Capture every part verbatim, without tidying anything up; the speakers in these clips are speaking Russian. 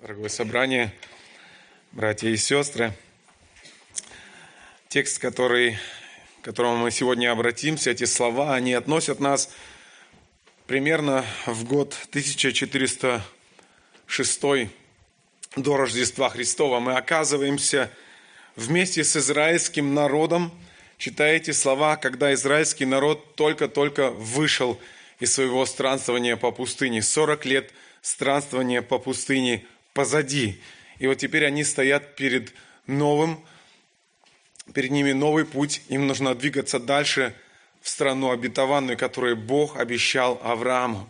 Дорогое собрание, братья и сестры, текст, который, к которому мы сегодня обратимся, эти слова, они относят нас примерно в год тысяча четыреста шестой до Рождества Христова. Мы оказываемся вместе с израильским народом, читая эти слова, когда израильский народ только-только вышел из своего странствования по пустыне. сорок лет странствования по пустыне позади. И вот теперь они стоят перед новым, перед ними новый путь. Им нужно двигаться дальше в страну обетованную, которую Бог обещал Аврааму.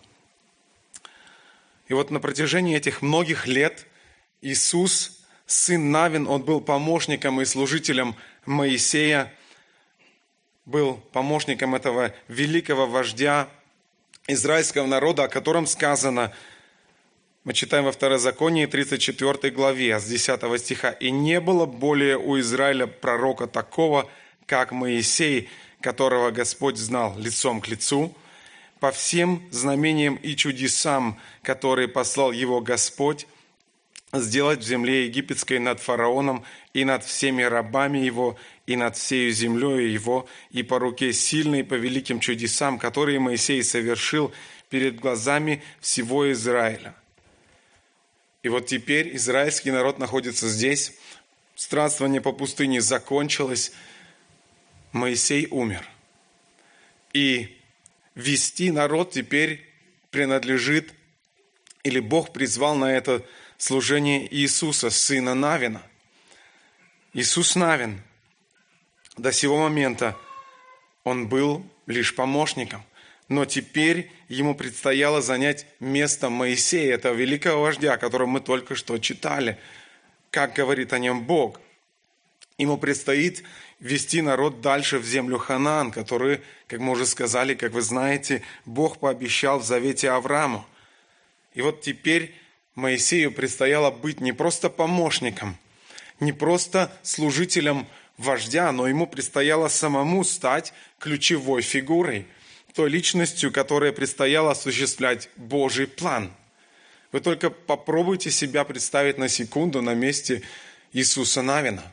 И вот на протяжении этих многих лет Иисус, сын Навин, он был помощником и служителем Моисея, был помощником этого великого вождя израильского народа, о котором сказано, мы читаем во Второзаконии тридцать четвёртой главе с десятого стиха. «И не было более у Израиля пророка такого, как Моисей, которого Господь знал лицом к лицу, по всем знамениям и чудесам, которые послал его Господь, сделать в земле египетской над фараоном и над всеми рабами его, и над всею землею его, и по руке сильной, по великим чудесам, которые Моисей совершил перед глазами всего Израиля». И вот теперь израильский народ находится здесь, странствование по пустыне закончилось, Моисей умер. И вести народ теперь принадлежит, или Бог призвал на это служение Иисуса, сына Навина. Иисус Навин до сего момента он был лишь помощником. Но теперь ему предстояло занять место Моисея, этого великого вождя, о котором мы только что читали. Как говорит о нем Бог. Ему предстоит вести народ дальше в землю Ханаан, которую, как мы уже сказали, как вы знаете, Бог пообещал в завете Аврааму. И вот теперь Моисею предстояло быть не просто помощником, не просто служителем вождя, но ему предстояло самому стать ключевой фигурой, той личностью, которая предстояло осуществлять Божий план. Вы только попробуйте себя представить на секунду на месте Иисуса Навина.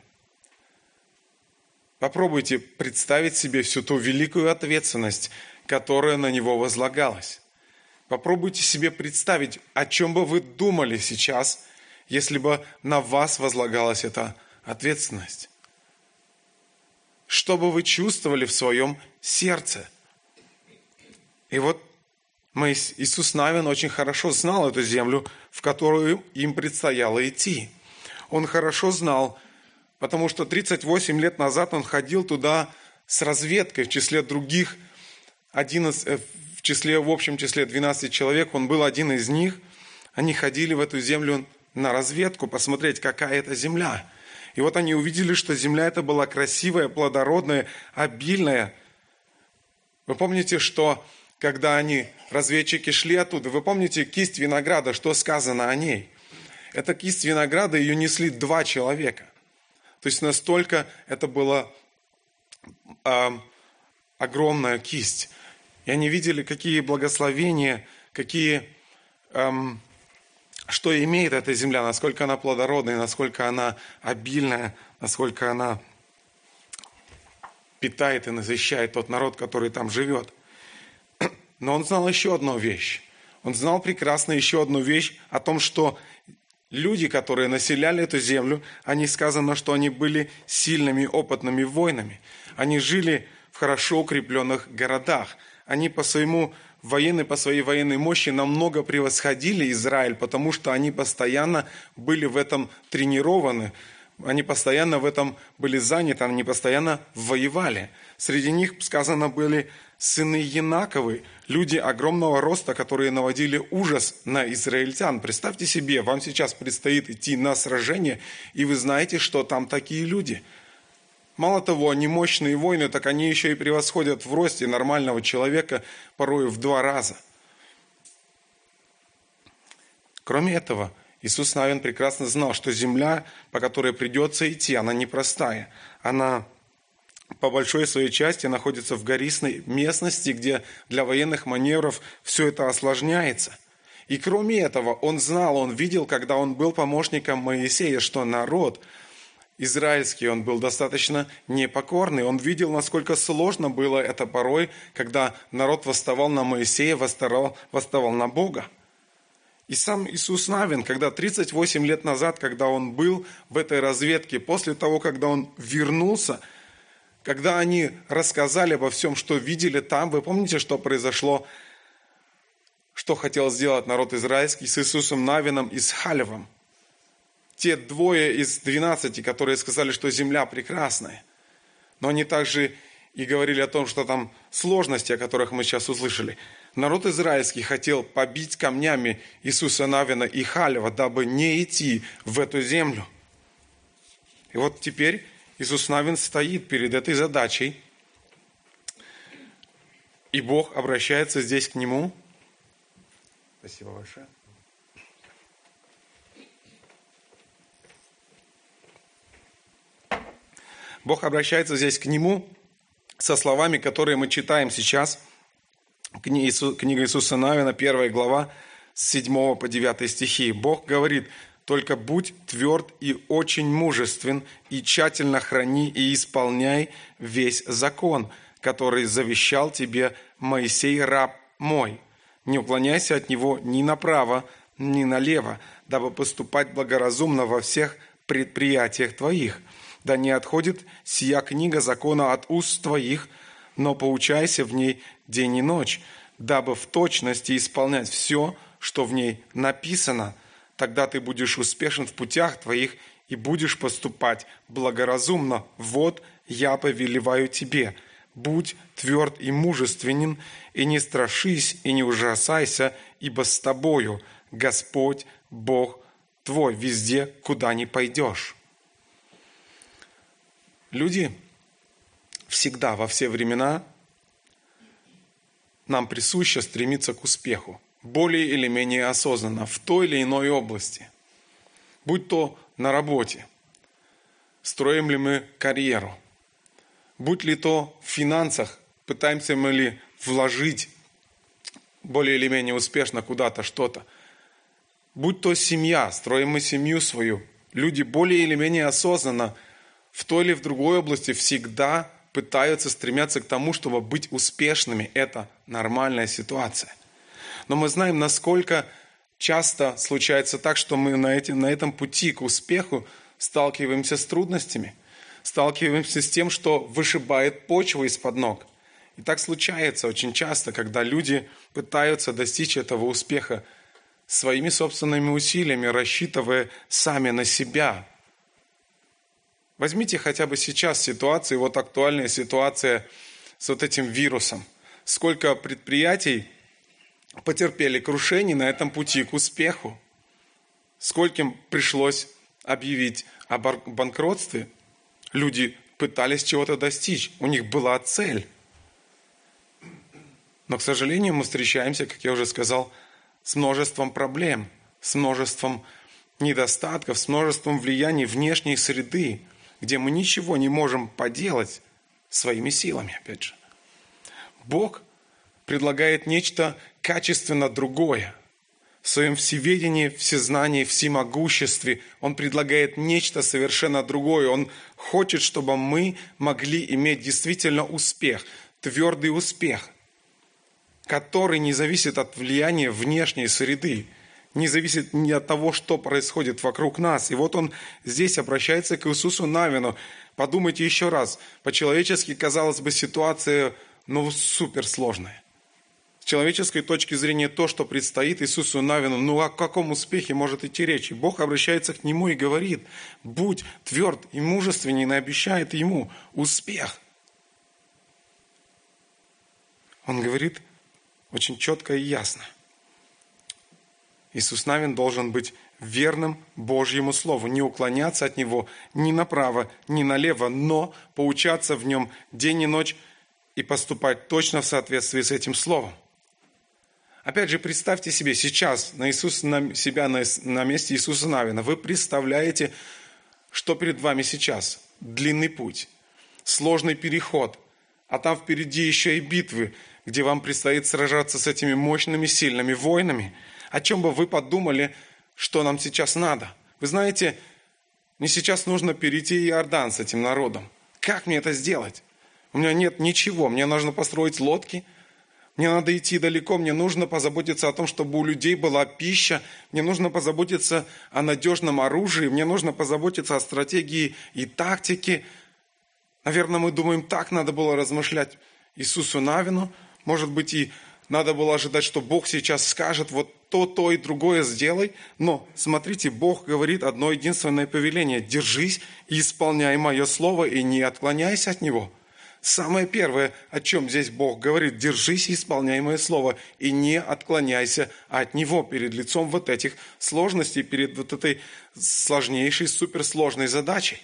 Попробуйте представить себе всю ту великую ответственность, которая на него возлагалась. Попробуйте себе представить, о чем бы вы думали сейчас, если бы на вас возлагалась эта ответственность. Что бы вы чувствовали в своем сердце? И вот Иисус Навин очень хорошо знал эту землю, в которую им предстояло идти. Он хорошо знал, потому что тридцать восемь лет назад он ходил туда с разведкой в числе других, одиннадцать, в числе, в общем числе двенадцати человек, он был один из них. Они ходили в эту землю на разведку, посмотреть, какая это земля. И вот они увидели, что земля эта была красивая, плодородная, обильная. Вы помните, что когда они, разведчики, шли оттуда, вы помните кисть винограда, что сказано о ней? Эта кисть винограда, ее несли два человека. То есть настолько это была э, огромная кисть. И они видели, какие благословения, какие, э, что имеет эта земля, насколько она плодородная, насколько она обильная, насколько она питает и насыщает тот народ, который там живет. Но он знал еще одну вещь. Он знал прекрасно еще одну вещь о том, что люди, которые населяли эту землю, они сказано, что они были сильными, опытными воинами. Они жили в хорошо укрепленных городах. Они по своему военной, по своей военной мощи намного превосходили Израиль, потому что они постоянно были в этом тренированы, они постоянно в этом были заняты, они постоянно воевали. Среди них, сказано, были сыны Янаковы, люди огромного роста, которые наводили ужас на израильтян. Представьте себе, вам сейчас предстоит идти на сражение, и вы знаете, что там такие люди. Мало того, они мощные воины, так они еще и превосходят в росте нормального человека порой в два раза. Кроме этого, Иисус Навин прекрасно знал, что земля, по которой придется идти, она непростая. Она по большой своей части находится в гористой местности, где для военных маневров все это осложняется. И кроме этого, он знал, он видел, когда он был помощником Моисея, что народ израильский, он был достаточно непокорный. Он видел, насколько сложно было это порой, когда народ восставал на Моисея, восставал, восставал на Бога. И сам Иисус Навин, когда тридцать восемь лет назад, когда он был в этой разведке, после того, когда он вернулся, когда они рассказали обо всем, что видели там, вы помните, что произошло, что хотел сделать народ израильский с Иисусом Навином и с Халевом? Те двое из двенадцати, которые сказали, что земля прекрасная. Но они также и говорили о том, что там сложности, о которых мы сейчас услышали. Народ израильский хотел побить камнями Иисуса Навина и Халева, дабы не идти в эту землю. И вот теперь Иисус Навин стоит перед этой задачей, и Бог обращается здесь к нему. Спасибо большое. Бог обращается здесь к нему со словами, которые мы читаем сейчас. Книга Иисуса Навина, первая глава, с седьмого по девятый стихи. Бог говорит: «Только будь тверд и очень мужествен, и тщательно храни и исполняй весь закон, который завещал тебе Моисей, раб мой. Не уклоняйся от него ни направо, ни налево, дабы поступать благоразумно во всех предприятиях твоих. Да не отходит сия книга закона от уст твоих, но поучайся в ней день и ночь, дабы в точности исполнять все, что в ней написано. Тогда ты будешь успешен в путях твоих и будешь поступать благоразумно. Вот я повелеваю тебе. Будь тверд и мужественен, и не страшись, и не ужасайся, ибо с тобою Господь Бог твой везде, куда ни пойдешь». Люди всегда, во все времена, нам присуще стремиться к успеху, более или менее осознанно, в той или иной области. Будь то на работе, строим ли мы карьеру, будь ли то в финансах, пытаемся мы ли вложить более или менее успешно куда-то что-то, будь то семья, строим мы семью свою, люди более или менее осознанно в той или в другой области всегда пытаются стремятся к тому, чтобы быть успешными. Это нормальная ситуация. Но мы знаем, насколько часто случается так, что мы на, эти, на этом пути к успеху сталкиваемся с трудностями, сталкиваемся с тем, что вышибает почву из-под ног. И так случается очень часто, когда люди пытаются достичь этого успеха своими собственными усилиями, рассчитывая сами на себя. Возьмите хотя бы сейчас ситуацию, вот актуальная ситуация с вот этим вирусом. Сколько предприятий потерпели крушение на этом пути к успеху. Скольким пришлось объявить о банкротстве. Люди пытались чего-то достичь, у них была цель. Но, к сожалению, мы встречаемся, как я уже сказал, с множеством проблем, с множеством недостатков, с множеством влияний внешней среды, где мы ничего не можем поделать своими силами, опять же. Бог предлагает нечто качественно другое. В своем всеведении, всезнании, всемогуществе Он предлагает нечто совершенно другое. Он хочет, чтобы мы могли иметь действительно успех, твердый успех, который не зависит от влияния внешней среды, не зависит ни от того, что происходит вокруг нас. И вот он здесь обращается к Иисусу Навину. Подумайте еще раз. По-человечески, казалось бы, ситуация, ну, суперсложная. С человеческой точки зрения то, что предстоит Иисусу Навину, ну о каком успехе может идти речь? И Бог обращается к нему и говорит: будь тверд и мужественен, и обещает ему успех. Он говорит очень четко и ясно. Иисус Навин должен быть верным Божьему Слову, не уклоняться от Него ни направо, ни налево, но поучаться в Нем день и ночь и поступать точно в соответствии с этим Словом. Опять же, представьте себе сейчас на, Иисус, на себя на, на месте Иисуса Навина. Вы представляете, что перед вами сейчас? Длинный путь, сложный переход, а там впереди еще и битвы, где вам предстоит сражаться с этими мощными, сильными воинами. О чем бы вы подумали, что нам сейчас надо? Вы знаете, мне сейчас нужно перейти Иордан с этим народом. Как мне это сделать? У меня нет ничего. Мне нужно построить лодки. Мне надо идти далеко. Мне нужно позаботиться о том, чтобы у людей была пища. Мне нужно позаботиться о надежном оружии. Мне нужно позаботиться о стратегии и тактике. Наверное, мы думаем, так надо было размышлять Иисусу Навину. Может быть, и надо было ожидать, что Бог сейчас скажет, вот то, то и другое сделай. Но, смотрите, Бог говорит одно единственное повеление. Держись и исполняй мое слово, и не отклоняйся от него. Самое первое, о чем здесь Бог говорит, держись и исполняй мое слово, и не отклоняйся от него перед лицом вот этих сложностей, перед вот этой сложнейшей, суперсложной задачей.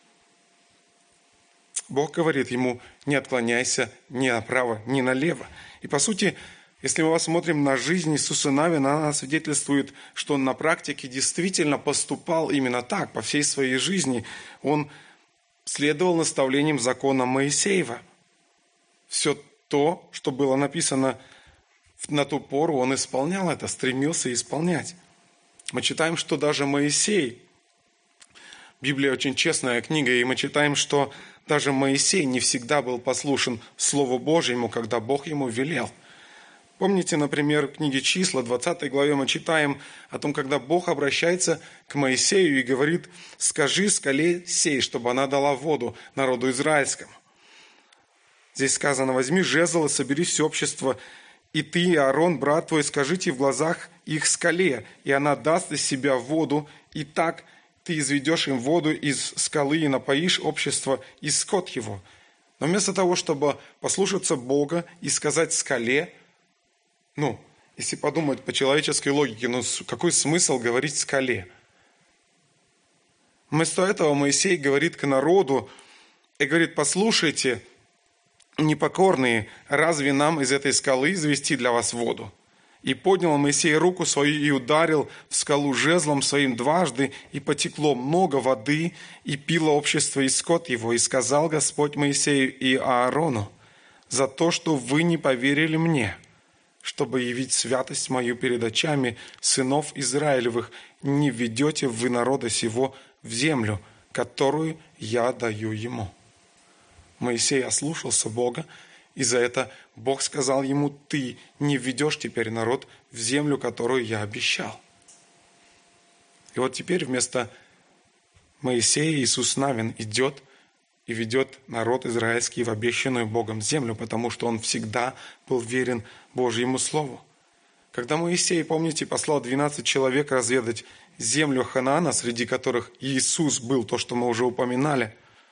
Бог говорит ему, не отклоняйся ни направо, ни налево. И по сути, если мы посмотрим на жизнь Иисуса Навина, она свидетельствует, что он на практике действительно поступал именно так, по всей своей жизни. Он следовал наставлениям закона Моисеева. Все то, что было написано на ту пору, он исполнял это, стремился исполнять. Мы читаем, что даже Моисей, Библия очень честная книга, и мы читаем, что даже Моисей не всегда был послушен Слову Божьему, когда Бог ему велел. Помните, например, в книге «Числа», двадцатой главе мы читаем о том, когда Бог обращается к Моисею и говорит: «Скажи скале сей, чтобы она дала воду народу израильскому». Здесь сказано: «Возьми жезл и собери все общество, и ты, и Аарон, брат твой, скажите в глазах их скале, и она даст из себя воду, и так ты изведешь им воду из скалы и напоишь общество и скот его». Но вместо того, чтобы послушаться Бога и сказать скале, ну, если подумать по человеческой логике, ну какой смысл говорить скале? Вместо этого Моисей говорит к народу и говорит: послушайте, непокорные, разве нам из этой скалы извести для вас воду? И поднял Моисей руку свою и ударил в скалу жезлом своим дважды, и потекло много воды, и пило общество и скот его. И сказал Господь Моисею и Аарону: за то, что вы не поверили мне, чтобы явить святость мою перед очами сынов Израилевых, не введете вы народа сего в землю, которую я даю ему». Моисей ослушался Бога, и за это Бог сказал ему: ты не введешь теперь народ в землю, которую я обещал. И вот теперь вместо Моисея Иисус Навин идет и ведет народ израильский в обещанную Богом землю, потому что он всегда был верен Божьему Слову. Когда Моисей, помните, послал двенадцать человек разведать землю Ханаана, среди которых Иисус был, то, что мы уже упоминали,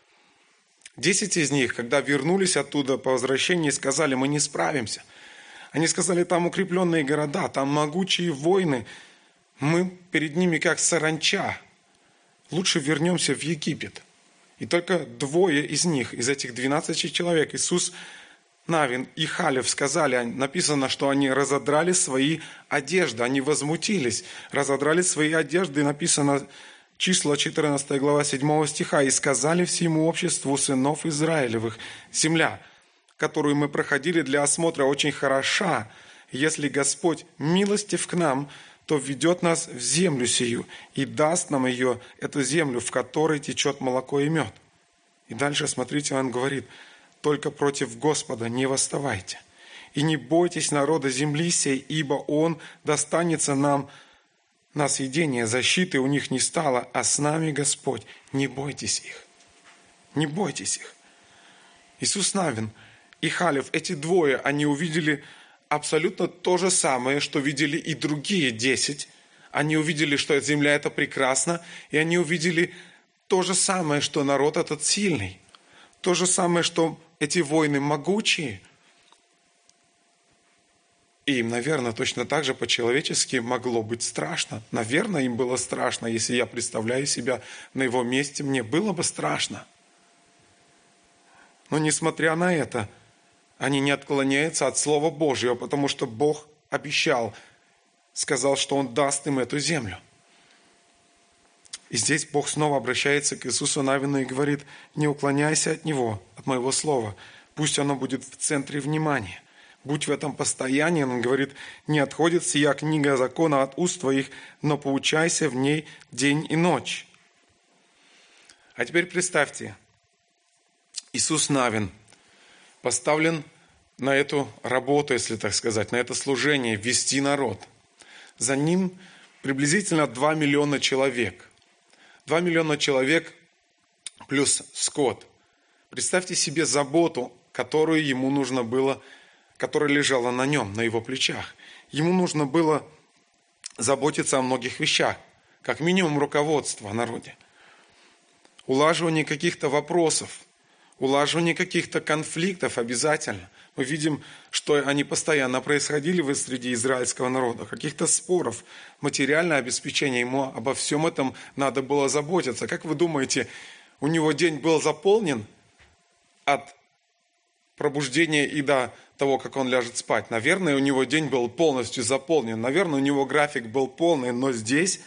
десять из них, когда вернулись оттуда по возвращении, сказали: мы не справимся. Они сказали: там укрепленные города, там могучие войны, мы перед ними как саранча. Лучше вернемся в Египет. И только двое из них, из этих двенадцати человек, Иисус Навин и Халев, сказали, написано, что они разодрали свои одежды, они возмутились, разодрали свои одежды, написано, Числа, четырнадцатая глава, седьмого стиха, «И сказали всему обществу сынов Израилевых: земля, которую мы проходили для осмотра, очень хороша. Если Господь милостив к нам, то введет нас в землю сию и даст нам ее, эту землю, в которой течет молоко и мед». И дальше, смотрите, он говорит: «Только против Господа не восставайте, и не бойтесь народа земли сей, ибо он достанется нам на съедение, защиты у них не стало, а с нами Господь. Не бойтесь их». Не бойтесь их. Иисус Навин и Халев, эти двое, они увидели абсолютно то же самое, что видели и другие десять. Они увидели, что земля это прекрасна, и они увидели то же самое, что народ этот сильный. То же самое, что эти воины могучие. И им, наверное, точно так же по-человечески могло быть страшно. Наверное, им было страшно. Если я представляю себя на его месте, мне было бы страшно. Но несмотря на это, они не отклоняются от Слова Божьего, потому что Бог обещал, сказал, что Он даст им эту землю. И здесь Бог снова обращается к Иисусу Навину и говорит: не уклоняйся от Него, от Моего Слова. Пусть оно будет в центре внимания. Будь в этом постоянии, он говорит, не отходит сия книга закона от уст твоих, но поучайся в ней день и ночь. А теперь представьте, Иисус Навин поставлен на эту работу, если так сказать, на это служение, вести народ. За ним приблизительно два миллиона человек. два миллиона человек плюс скот. Представьте себе заботу, которую ему нужно было, которая лежала на нем, на его плечах. Ему нужно было заботиться о многих вещах, как минимум руководство о народе, улаживание каких-то вопросов, улаживание каких-то конфликтов обязательно. Мы видим, что они постоянно происходили в среди израильского народа, каких-то споров, материальное обеспечение. Ему обо всем этом надо было заботиться. Как вы думаете, у него день был заполнен от пробуждения и до того, как он ляжет спать? Наверное, у него день был полностью заполнен. Наверное, у него график был полный, но здесь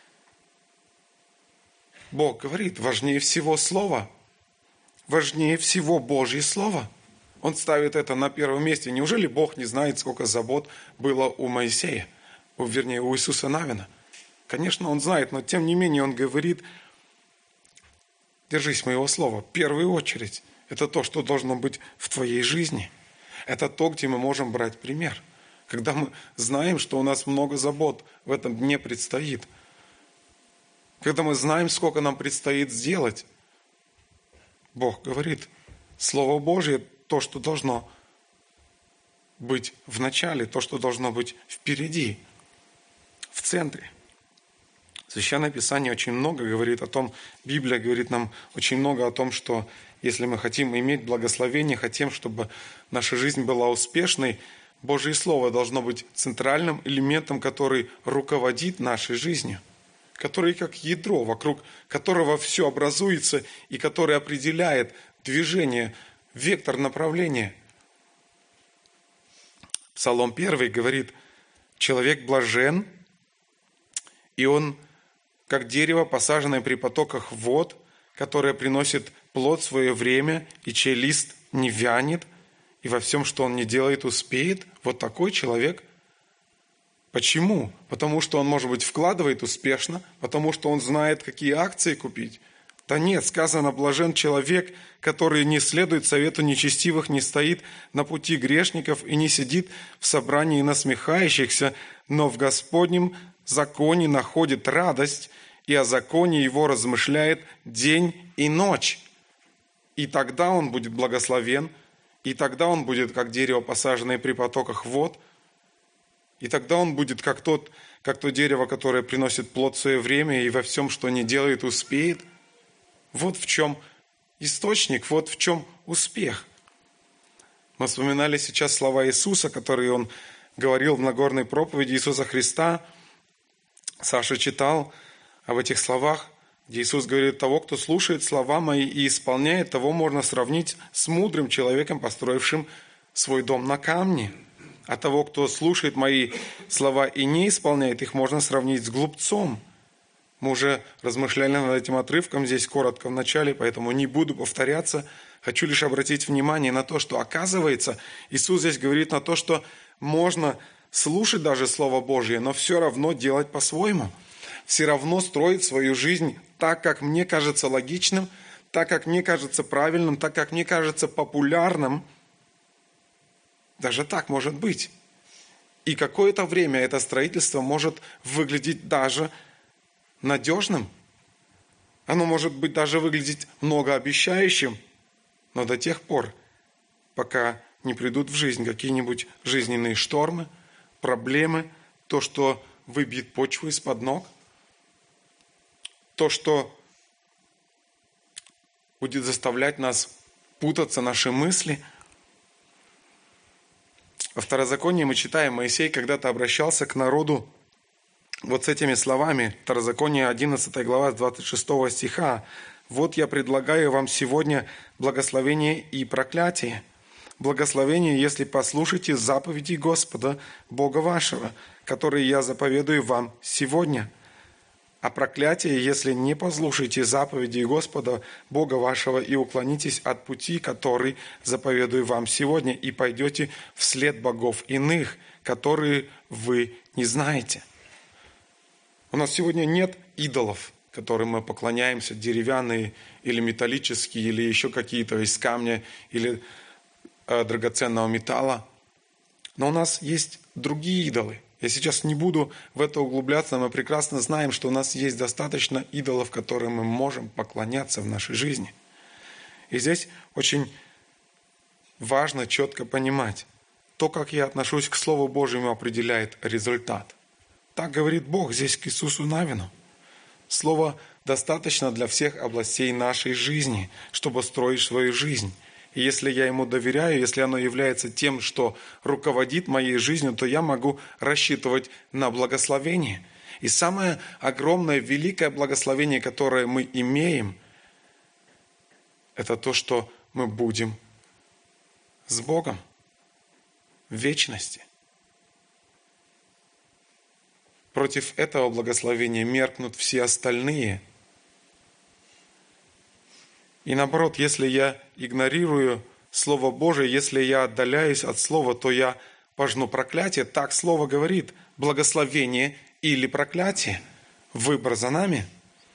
Бог говорит, важнее всего Слово. Важнее всего Божье Слово. Он ставит это на первом месте. Неужели Бог не знает, сколько забот было у Моисея? Вернее, у Иисуса Навина? Конечно, Он знает, но тем не менее Он говорит, держись моего слова. В первую очередь, это то, что должно быть в твоей жизни. Это то, где мы можем брать пример. Когда мы знаем, что у нас много забот в этом дне предстоит. Когда мы знаем, сколько нам предстоит сделать. Бог говорит, Слово Божье – то, что должно быть в начале, то, что должно быть впереди, в центре. Священное Писание очень много говорит о том, Библия говорит нам очень много о том, что если мы хотим иметь благословение, хотим, чтобы наша жизнь была успешной, Божье Слово должно быть центральным элементом, который руководит нашей жизнью, который как ядро, вокруг которого все образуется и который определяет движение, вектор направления. Псалом первый говорит, человек блажен, и он, как дерево, посаженное при потоках вод, которое приносит плод в свое время, и чей лист не вянет, и во всем, что он не делает, успеет. Вот такой человек. Почему? Потому что он, может быть, вкладывает успешно, потому что он знает, какие акции купить. Да нет, сказано, блажен человек, который не следует совету нечестивых, не стоит на пути грешников и не сидит в собрании насмехающихся, но в Господнем законе находит радость, и о законе его размышляет день и ночь. И тогда он будет благословен, и тогда он будет, как дерево, посаженное при потоках вод, и тогда он будет, как, тот, как то дерево, которое приносит плод в свое время, и во всем, что не делает, успеет. Вот в чем источник, вот в чем успех. Мы вспоминали сейчас слова Иисуса, которые Он говорил в Нагорной проповеди Иисуса Христа. Саша читал об этих словах, где Иисус говорит, того, кто слушает слова мои и исполняет, того можно сравнить с мудрым человеком, построившим свой дом на камне. А того, кто слушает мои слова и не исполняет их, можно сравнить с глупцом. Мы уже размышляли над этим отрывком здесь коротко в начале, поэтому не буду повторяться. Хочу лишь обратить внимание на то, что, оказывается, Иисус здесь говорит на то, что можно слушать даже Слово Божье, но все равно делать по-своему. Все равно строить свою жизнь так, как мне кажется логичным, так, как мне кажется правильным, так, как мне кажется популярным. Даже так может быть. И какое-то время это строительство может выглядеть даже надежным. Оно может быть даже выглядеть многообещающим, но до тех пор, пока не придут в жизнь какие-нибудь жизненные штормы, проблемы, то, что выбьет почву из-под ног, то, что будет заставлять нас путаться, наши мысли. Во Второзаконии мы читаем, Моисей когда-то обращался к народу вот с этими словами. Второзаконие одиннадцатая глава с двадцать шестого стиха. «Вот я предлагаю вам сегодня благословение и проклятие. Благословение, если послушаете заповеди Господа, Бога вашего, которые я заповедую вам сегодня. А проклятие, если не послушаете заповедей Господа, Бога вашего, и уклонитесь от пути, который заповедую вам сегодня, и пойдете вслед богов иных, которые вы не знаете». У нас сегодня нет идолов, которым мы поклоняемся, деревянные или металлические, или еще какие-то из камня, или э, драгоценного металла. Но у нас есть другие идолы. Я сейчас не буду в это углубляться, но мы прекрасно знаем, что у нас есть достаточно идолов, которым мы можем поклоняться в нашей жизни. И здесь очень важно четко понимать, то, как я отношусь к Слову Божьему, определяет результат. Так говорит Бог здесь к Иисусу Навину. Слово достаточно для всех областей нашей жизни, чтобы строить свою жизнь. И если я ему доверяю, если оно является тем, что руководит моей жизнью, то я могу рассчитывать на благословение. И самое огромное, великое благословение, которое мы имеем, это то, что мы будем с Богом в вечности. Против этого благословения меркнут все остальные. И наоборот, если я игнорирую Слово Божие, если я отдаляюсь от Слова, то я пожну проклятие. Так Слово говорит: благословение или проклятие. Выбор за нами.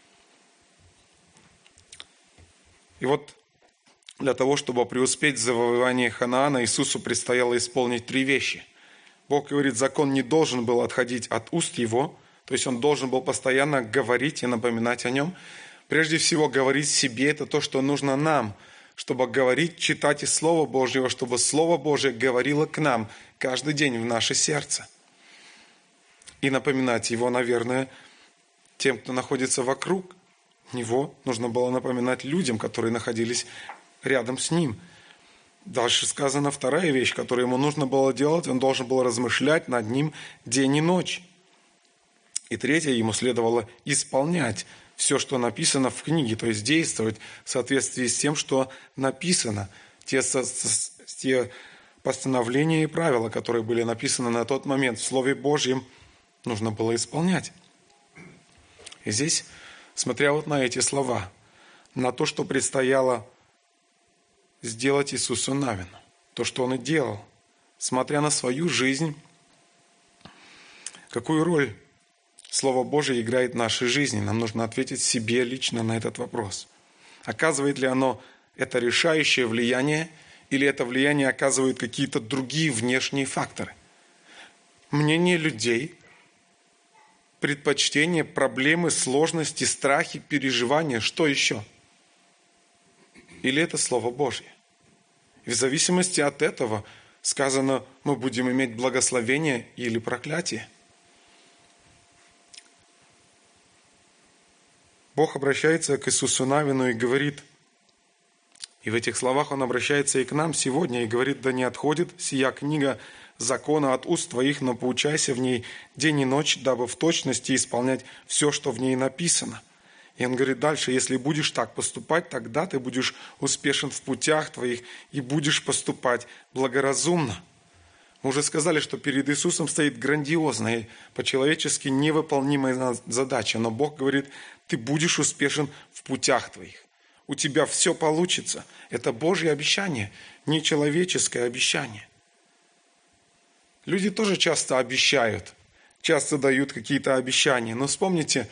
И вот для того, чтобы преуспеть в завоевании Ханаана, Иисусу предстояло исполнить три вещи. Бог говорит, закон не должен был отходить от уст его, то есть он должен был постоянно говорить и напоминать о нем. Прежде всего, говорить себе – это то, что нужно нам, чтобы говорить, читать из Слова Божьего, чтобы Слово Божье говорило к нам каждый день в наше сердце. И напоминать его, наверное, тем, кто находится вокруг него. Нужно было напоминать людям, которые находились рядом с ним. Дальше сказана вторая вещь, которую ему нужно было делать. Он должен был размышлять над ним день и ночь. И третье, ему следовало исполнять все, что написано в книге, то есть действовать в соответствии с тем, что написано. Те, те постановления и правила, которые были написаны на тот момент в Слове Божьем, нужно было исполнять. И здесь, смотря вот на эти слова, на то, что предстояло сделать Иисусу Навину, то, что он и делал, смотря на свою жизнь, какую роль Слово Божие играет в нашей жизни. Нам нужно ответить себе лично на этот вопрос. Оказывает ли оно это решающее влияние, или это влияние оказывают какие-то другие внешние факторы? Мнение людей, предпочтения, проблемы, сложности, страхи, переживания, что еще? Или это Слово Божье? И в зависимости от этого сказано, мы будем иметь благословение или проклятие. Бог обращается к Иисусу Навину и говорит, и в этих словах Он обращается и к нам сегодня, и говорит, да не отходит сия книга закона от уст твоих, но поучайся в ней день и ночь, дабы в точности исполнять все, что в ней написано. И он говорит дальше, если будешь так поступать, тогда ты будешь успешен в путях твоих и будешь поступать благоразумно. Мы уже сказали, что перед Иисусом стоит грандиозная, по-человечески невыполнимая задача. Но Бог говорит, ты будешь успешен в путях твоих. У тебя все получится. Это Божье обещание, не человеческое обещание. Люди тоже часто обещают, часто дают какие-то обещания. Но вспомните,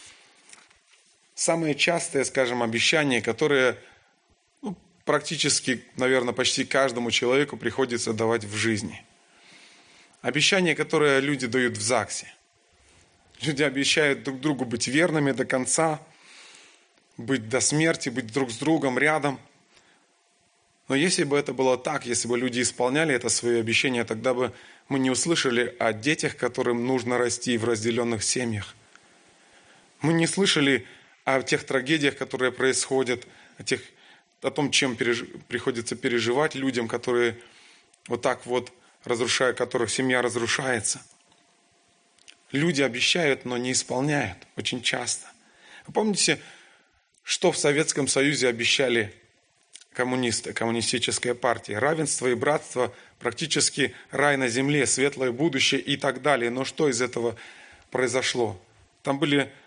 самое частое, скажем, обещание, которое ну, практически, наверное, почти каждому человеку приходится давать в жизни. Обещание, которое люди дают в ЗАГСе. Люди обещают друг другу быть верными до конца, быть до смерти, быть друг с другом рядом. Но если бы это было так, если бы люди исполняли это свое обещание, тогда бы мы не услышали о детях, которым нужно расти в разделенных семьях. Мы не слышали о тех трагедиях, которые происходят, о, тех, о том, чем переж... приходится переживать людям, которые вот так вот разрушают, которых семья разрушается. Люди обещают, но не исполняют очень часто. Вы помните, что в Советском Союзе обещали коммунисты, коммунистическая партия? Равенство и братство, практически рай на земле, светлое будущее и так далее. Но что из этого произошло? Там были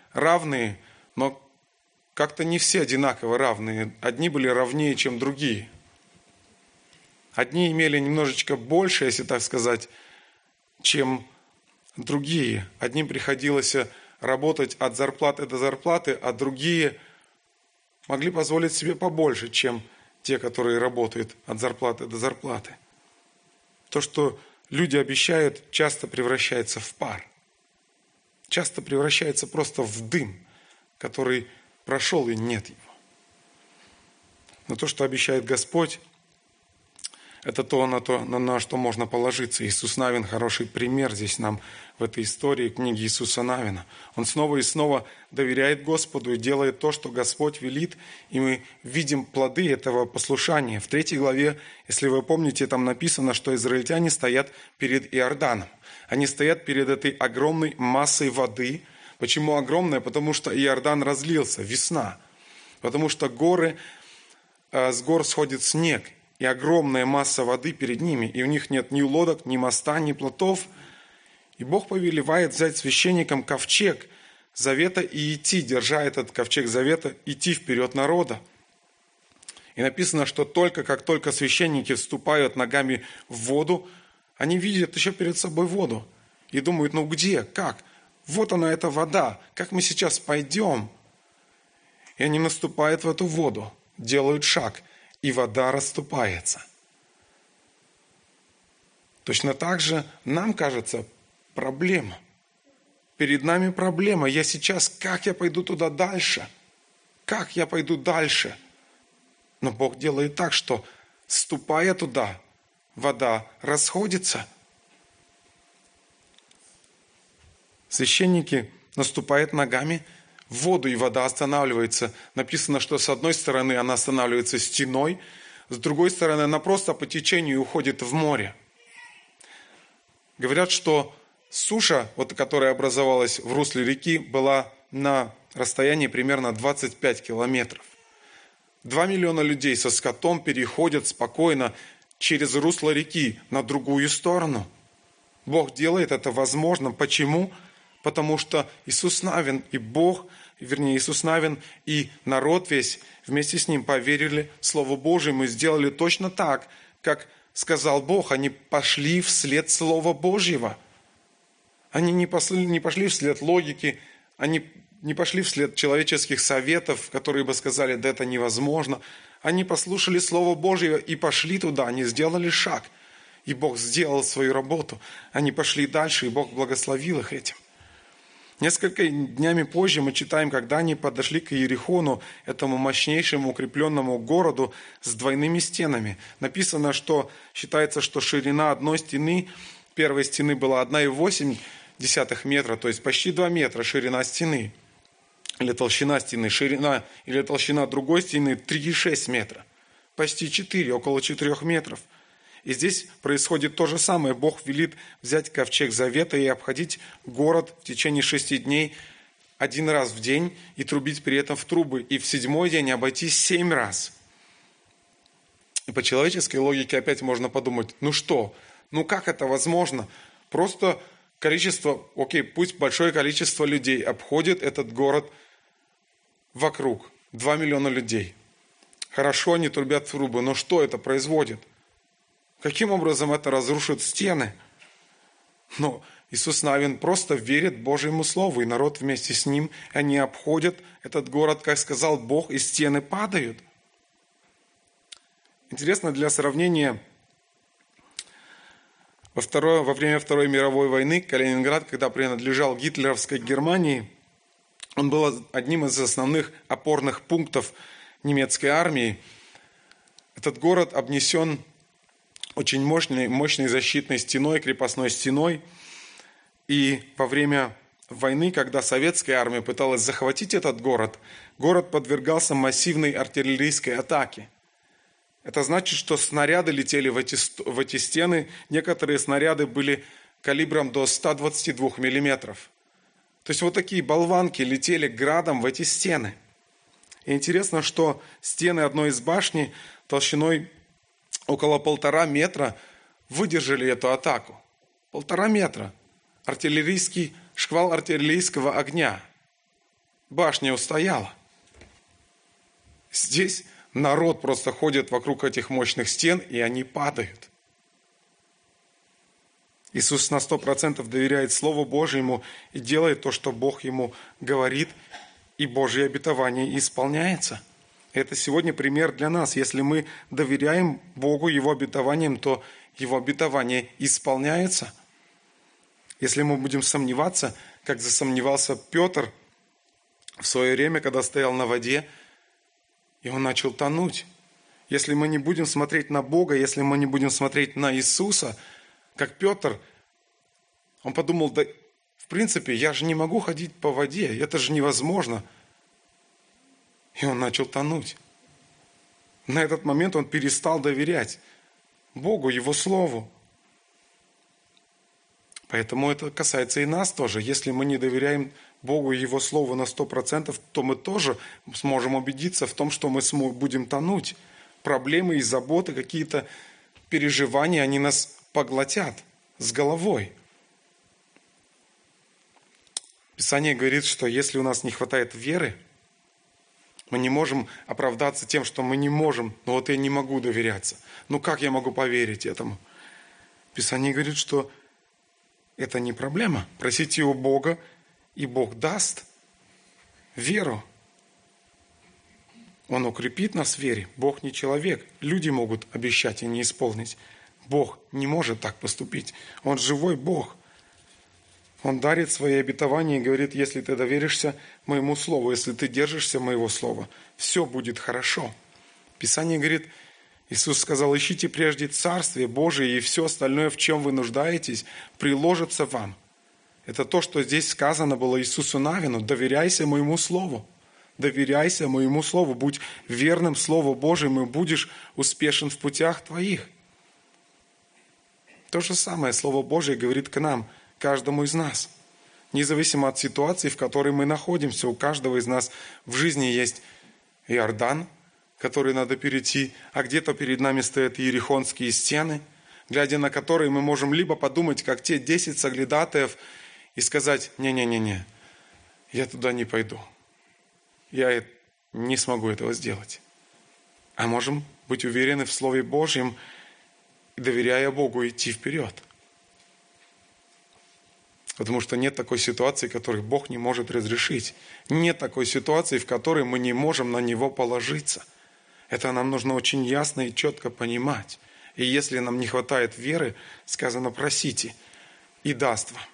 равные, но как-то не все одинаково равные. Одни были равнее, чем другие. Одни имели немножечко больше, если так сказать, чем другие. Одним приходилось работать от зарплаты до зарплаты, а другие могли позволить себе побольше, чем те, которые работают от зарплаты до зарплаты. То, что люди обещают, часто превращается в пар. Часто превращается просто в дым, который прошел и нет его. Но то, что обещает Господь, это то, на, то, на, на что можно положиться. Иисус Навин хороший пример здесь нам в этой истории книги Иисуса Навина. Он снова и снова доверяет Господу и делает то, что Господь велит, и мы видим плоды этого послушания. В третьей главе, если вы помните, там написано, что израильтяне стоят перед Иорданом. Они стоят перед этой огромной массой воды. Почему огромная? Потому что Иордан разлился, весна. Потому что горы, с гор сходит снег. И огромная масса воды перед ними, и у них нет ни лодок, ни моста, ни плотов. И Бог повелевает взять священникам ковчег завета и идти, держа этот ковчег завета, идти вперед народа. И написано, что только как только священники вступают ногами в воду, они видят еще перед собой воду. И думают, ну где, как? Вот она, эта вода, как мы сейчас пойдем? И они наступают в эту воду, делают шаг, и вода расступается. Точно так же нам кажется проблема. Перед нами проблема. Я сейчас, как я пойду туда дальше? Как я пойду дальше? Но Бог делает так, что, ступая туда, вода расходится. Священники наступают ногами в воду, и вода останавливается. Написано, что с одной стороны она останавливается стеной, с другой стороны она просто по течению уходит в море. Говорят, что суша, вот, которая образовалась в русле реки, была на расстоянии примерно двадцать пять километров. Два миллиона людей со скотом переходят спокойно через русло реки на другую сторону. Бог делает это возможным. Почему? Потому что Иисус Навин и Бог, вернее Иисус Навин и народ весь вместе с ним поверили Слову Божьему и сделали точно так, как сказал Бог. Они пошли вслед Слова Божьего. Они не пошли, не пошли вслед логики, они не пошли вслед человеческих советов, которые бы сказали, да это невозможно. Они послушали Слово Божье и пошли туда, они сделали шаг. И Бог сделал свою работу. Они пошли дальше, и Бог благословил их этим. Несколько днями позже мы читаем, когда они подошли к Иерихону, этому мощнейшему укрепленному городу с двойными стенами. Написано, что считается, что ширина одной стены, первой стены была одна целая восемь десятых метра, то есть почти два метра ширина стены. Или толщина стены, ширина или толщина другой стены три целых шесть метра. Почти четыре, около четырех метров. И здесь происходит то же самое. Бог велит взять ковчег завета и обходить город в течение шести дней один раз в день и трубить при этом в трубы. И в седьмой день обойти семь раз. И по человеческой логике опять можно подумать, ну что, ну как это возможно? Просто количество, окей, пусть большое количество людей обходит этот город вокруг. Два миллиона людей. Хорошо, они трубят в трубы, но что это производит? Каким образом это разрушит стены? Но Иисус Навин просто верит Божьему Слову, и народ вместе с ним, они обходят этот город, как сказал Бог, и стены падают. Интересно, для сравнения, во, второе, во время Второй мировой войны Калининград, когда принадлежал гитлеровской Германии, он был одним из основных опорных пунктов немецкой армии. Этот город обнесен очень мощной, мощной защитной стеной, крепостной стеной. И во время войны, когда советская армия пыталась захватить этот город, город подвергался массивной артиллерийской атаке. Это значит, что снаряды летели в эти, в эти стены. Некоторые снаряды были калибром до ста двадцати двух миллиметров. То есть вот такие болванки летели градом в эти стены. И интересно, что стены одной из башни толщиной около полтора метра выдержали эту атаку. Полтора метра. Артиллерийский, шквал артиллерийского огня. башня устояла. Здесь народ просто ходит вокруг этих мощных стен, и они падают. Иисус на сто процентов доверяет Слову Божьему и делает то, что Бог ему говорит, и Божье обетование исполняется. Это сегодня пример для нас. Если мы доверяем Богу, Его обетованиям, то Его обетование исполняется. Если мы будем сомневаться, как засомневался Петр в свое время, когда стоял на воде, и он начал тонуть. Если мы не будем смотреть на Бога, если мы не будем смотреть на Иисуса, как Петр, он подумал, да в принципе, я же не могу ходить по воде, это же невозможно. И он начал тонуть. На этот момент он перестал доверять Богу, Его Слову. Поэтому это касается и нас тоже. Если мы не доверяем Богу и Его Слову на сто процентов, то мы тоже сможем убедиться в том, что мы будем тонуть. Проблемы и заботы, какие-то переживания, они нас поглотят с головой. Писание говорит, что если у нас не хватает веры, мы не можем оправдаться тем, что мы не можем, но вот я не могу доверяться. Ну как я могу поверить этому? Писание говорит, что это не проблема. Просите у Бога, и Бог даст веру. Он укрепит нас в вере. Бог не человек. Люди могут обещать и не исполнить. Бог не может так поступить. Он живой Бог. Он дарит свои обетования и говорит, если ты доверишься моему слову, если ты держишься моего слова, все будет хорошо. Писание говорит, Иисус сказал, ищите прежде Царствие Божие, и все остальное, в чем вы нуждаетесь, приложится вам. Это то, что здесь сказано было Иисусу Навину. Доверяйся моему слову. Доверяйся моему слову. Будь верным Слову Божьему, и будешь успешен в путях твоих. То же самое Слово Божье говорит к нам, каждому из нас. Независимо от ситуации, в которой мы находимся, у каждого из нас в жизни есть Иордан, который надо перейти, а где-то перед нами стоят иерихонские стены, глядя на которые мы можем либо подумать, как те десять соглядатаев, и сказать, не-не-не-не, я туда не пойду, я не смогу этого сделать. А можем быть уверены в Слове Божьем и, доверяя Богу, идти вперед. Потому что нет такой ситуации, которую Бог не может разрешить. Нет такой ситуации, в которой мы не можем на Него положиться. Это нам нужно очень ясно и четко понимать. И если нам не хватает веры, сказано, просите, и даст вам.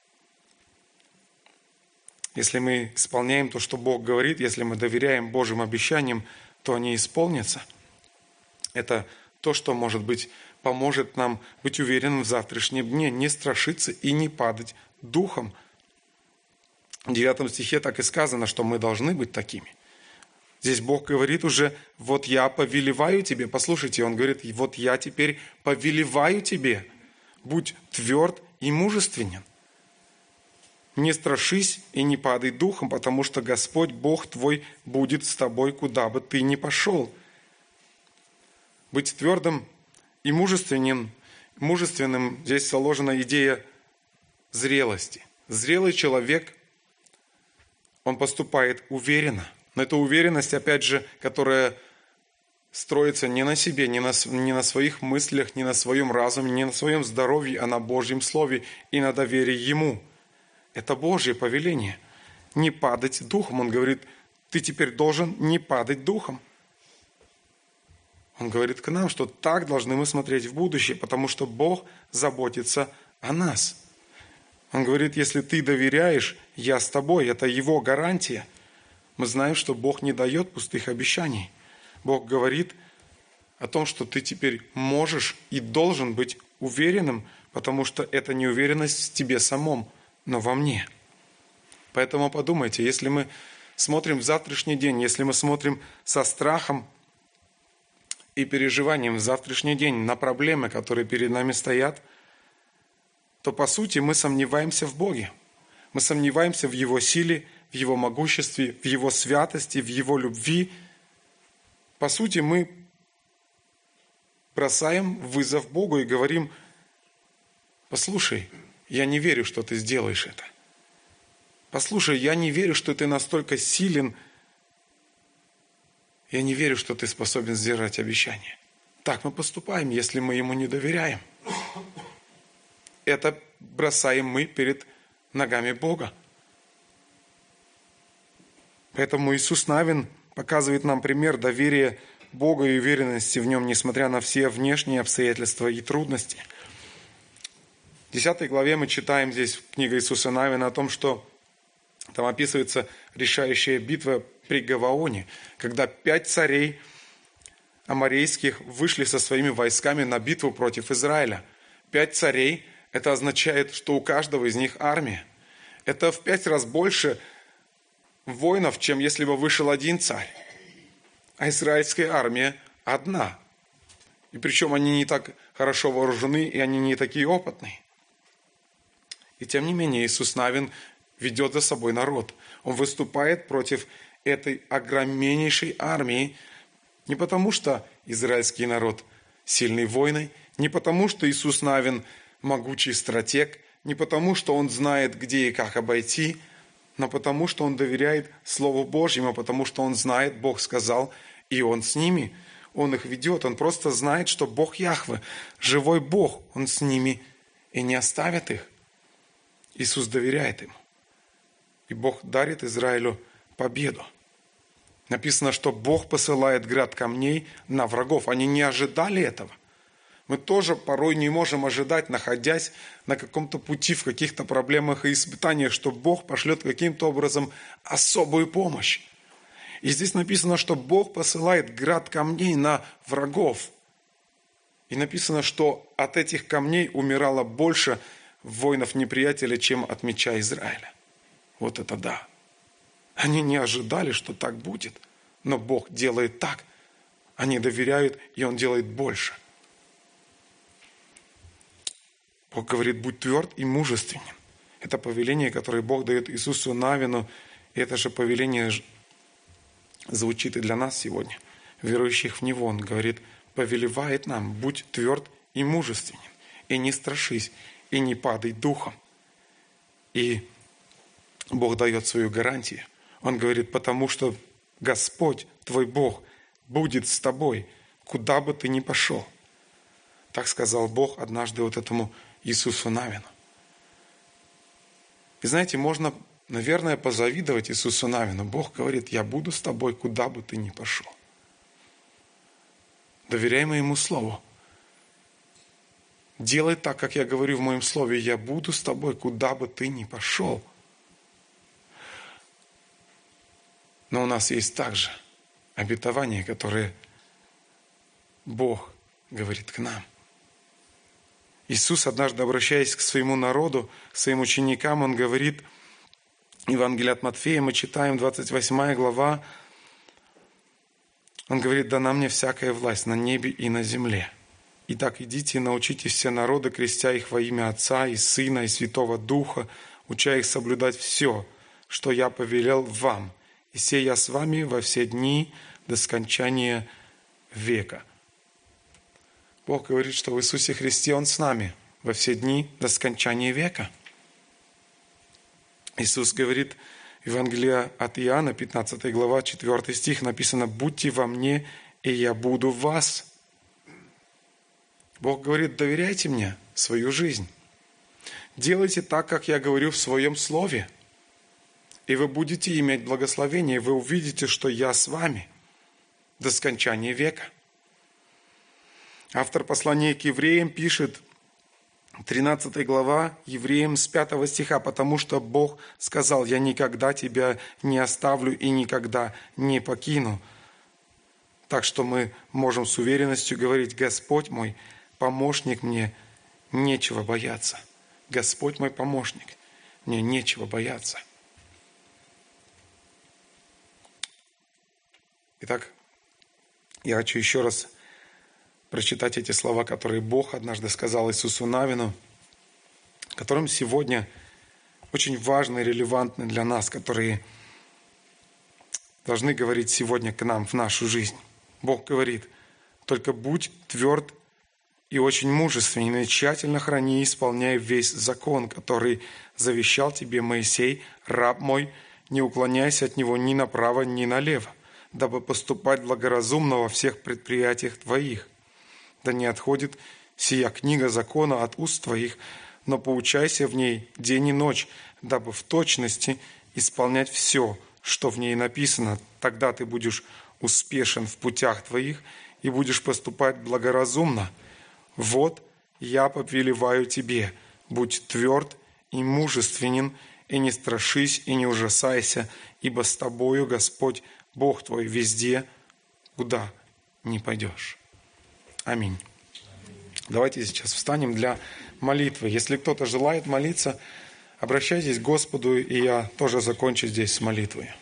Если мы исполняем то, что Бог говорит, если мы доверяем Божьим обещаниям, то они исполнятся. Это то, что, может быть, поможет нам быть уверенным в завтрашнем дне, не страшиться и не падать духом. В девятом стихе так и сказано, что мы должны быть такими. Здесь Бог говорит уже, вот я повелеваю тебе. Послушайте, Он говорит, вот я теперь повелеваю тебе. Будь тверд и мужественен. Не страшись и не падай духом, потому что Господь Бог твой будет с тобой, куда бы ты ни пошел. Быть твердым и мужественным, мужественным здесь заложена идея зрелости. Зрелый человек, он поступает уверенно. Но это уверенность, опять же, которая строится не на себе, не на, не на своих мыслях, не на своем разуме, не на своем здоровье, а на Божьем Слове и на доверии Ему. Это Божье повеление. Не падать духом. Он говорит, ты теперь должен не падать духом. Он говорит к нам, что так должны мы смотреть в будущее, потому что Бог заботится о нас. Он говорит, если ты доверяешь, я с тобой. Это Его гарантия. Мы знаем, что Бог не дает пустых обещаний. Бог говорит о том, что ты теперь можешь и должен быть уверенным, потому что это не уверенность в тебе самом, но во мне. Поэтому подумайте, если мы смотрим в завтрашний день, если мы смотрим со страхом и переживанием в завтрашний день на проблемы, которые перед нами стоят, то по сути мы сомневаемся в Боге. Мы сомневаемся в Его силе, в Его могуществе, в Его святости, в Его любви. По сути, мы бросаем вызов Богу и говорим, послушай, я не верю, что ты сделаешь это. послушай, я не верю, что ты настолько силен, я не верю, что ты способен сдержать обещание. Так мы поступаем, если мы ему не доверяем. Это бросаем мы перед ногами Бога. Поэтому Иисус Навин показывает нам пример доверия Богу и уверенности в Нем, несмотря на все внешние обстоятельства и трудности. В десятой главе мы читаем здесь книга Иисуса Навина о том, что там описывается решающая битва при Гаваоне, когда пять царей аморейских вышли со своими войсками на битву против Израиля. Пять царей – это означает, что у каждого из них армия. Это в пять раз больше воинов, чем если бы вышел один царь. А израильская армия одна. И причем они не так хорошо вооружены, и они не такие опытные. И тем не менее Иисус Навин ведет за собой народ. Он выступает против этой огромнейшей армии не потому, что израильский народ сильный воин, не потому, что Иисус Навин могучий стратег, не потому, что он знает, где и как обойти, но потому, что он доверяет Слову Божьему, потому что он знает, Бог сказал, и он с ними, он их ведет. Он просто знает, что Бог Яхве, живой Бог, он с ними и не оставит их. Иисус доверяет им. И Бог дарит Израилю победу. Написано, что Бог посылает град камней на врагов. Они не ожидали этого. Мы тоже порой не можем ожидать, находясь на каком-то пути, в каких-то проблемах и испытаниях, что Бог пошлет каким-то образом особую помощь. И здесь написано, что Бог посылает град камней на врагов. И написано, что от этих камней умирало больше воинов неприятеля, чем от меча Израиля. Вот это да. Они не ожидали, что так будет. Но Бог делает так. Они доверяют, и Он делает больше. Бог говорит, будь тверд и мужественен. Это повеление, которое Бог дает Иисусу Навину. И это же повеление звучит и для нас сегодня, верующих в Него. Он говорит, повелевает нам, будь тверд и мужественен. И не страшись, и не падай духом. И Бог дает свою гарантию. Он говорит, потому что Господь, твой Бог, будет с тобой, куда бы ты ни пошел. Так сказал Бог однажды вот этому Иисусу Навину. И знаете, можно, наверное, позавидовать Иисусу Навину. Бог говорит, я буду с тобой, куда бы ты ни пошел. Доверяй моему слову. Делай так, как я говорю в моем слове. Я буду с тобой, куда бы ты ни пошел. Но у нас есть также обетования, которые Бог говорит к нам. Иисус, однажды обращаясь к своему народу, к своим ученикам, Он говорит, Евангелие от Матфея, мы читаем, двадцать восьмая глава, Он говорит, дана мне всякая власть на небе и на земле. Итак, идите и научите все народы, крестя их во имя Отца и Сына и Святого Духа, уча их соблюдать все, что я повелел вам. И сей я с вами во все дни до скончания века. Бог говорит, что в Иисусе Христе Он с нами во все дни до скончания века. Иисус говорит, Евангелие от Иоанна, пятнадцатая глава, четвёртый стих, написано, «Будьте во мне, и я буду в вас». Бог говорит, доверяйте мне свою жизнь. Делайте так, как я говорю в своем слове. И вы будете иметь благословение, и вы увидите, что я с вами до скончания века. Автор послания к евреям пишет, тринадцатая глава, евреям с пятого стиха, «Потому что Бог сказал, я никогда тебя не оставлю и никогда не покину». Так что мы можем с уверенностью говорить, Господь мой, помощник, мне нечего бояться. Господь мой помощник, мне нечего бояться. Итак, я хочу еще раз прочитать эти слова, которые Бог однажды сказал Иисусу Навину, которым сегодня очень важны и релевантны для нас, которые должны говорить сегодня к нам в нашу жизнь. Бог говорит, только будь тверд и очень мужественен, и тщательно храни и исполняй весь закон, который завещал тебе Моисей, раб мой, не уклоняйся от него ни направо, ни налево, дабы поступать благоразумно во всех предприятиях твоих. Да не отходит сия книга закона от уст твоих, но поучайся в ней день и ночь, дабы в точности исполнять все, что в ней написано. Тогда ты будешь успешен в путях твоих и будешь поступать благоразумно. Вот я повелеваю тебе, будь тверд и мужественен, и не страшись, и не ужасайся, ибо с тобою Господь Бог твой везде, куда не пойдешь. Аминь. Давайте сейчас встанем для молитвы. Если кто-то желает молиться, обращайтесь к Господу, и я тоже закончу здесь с молитвой.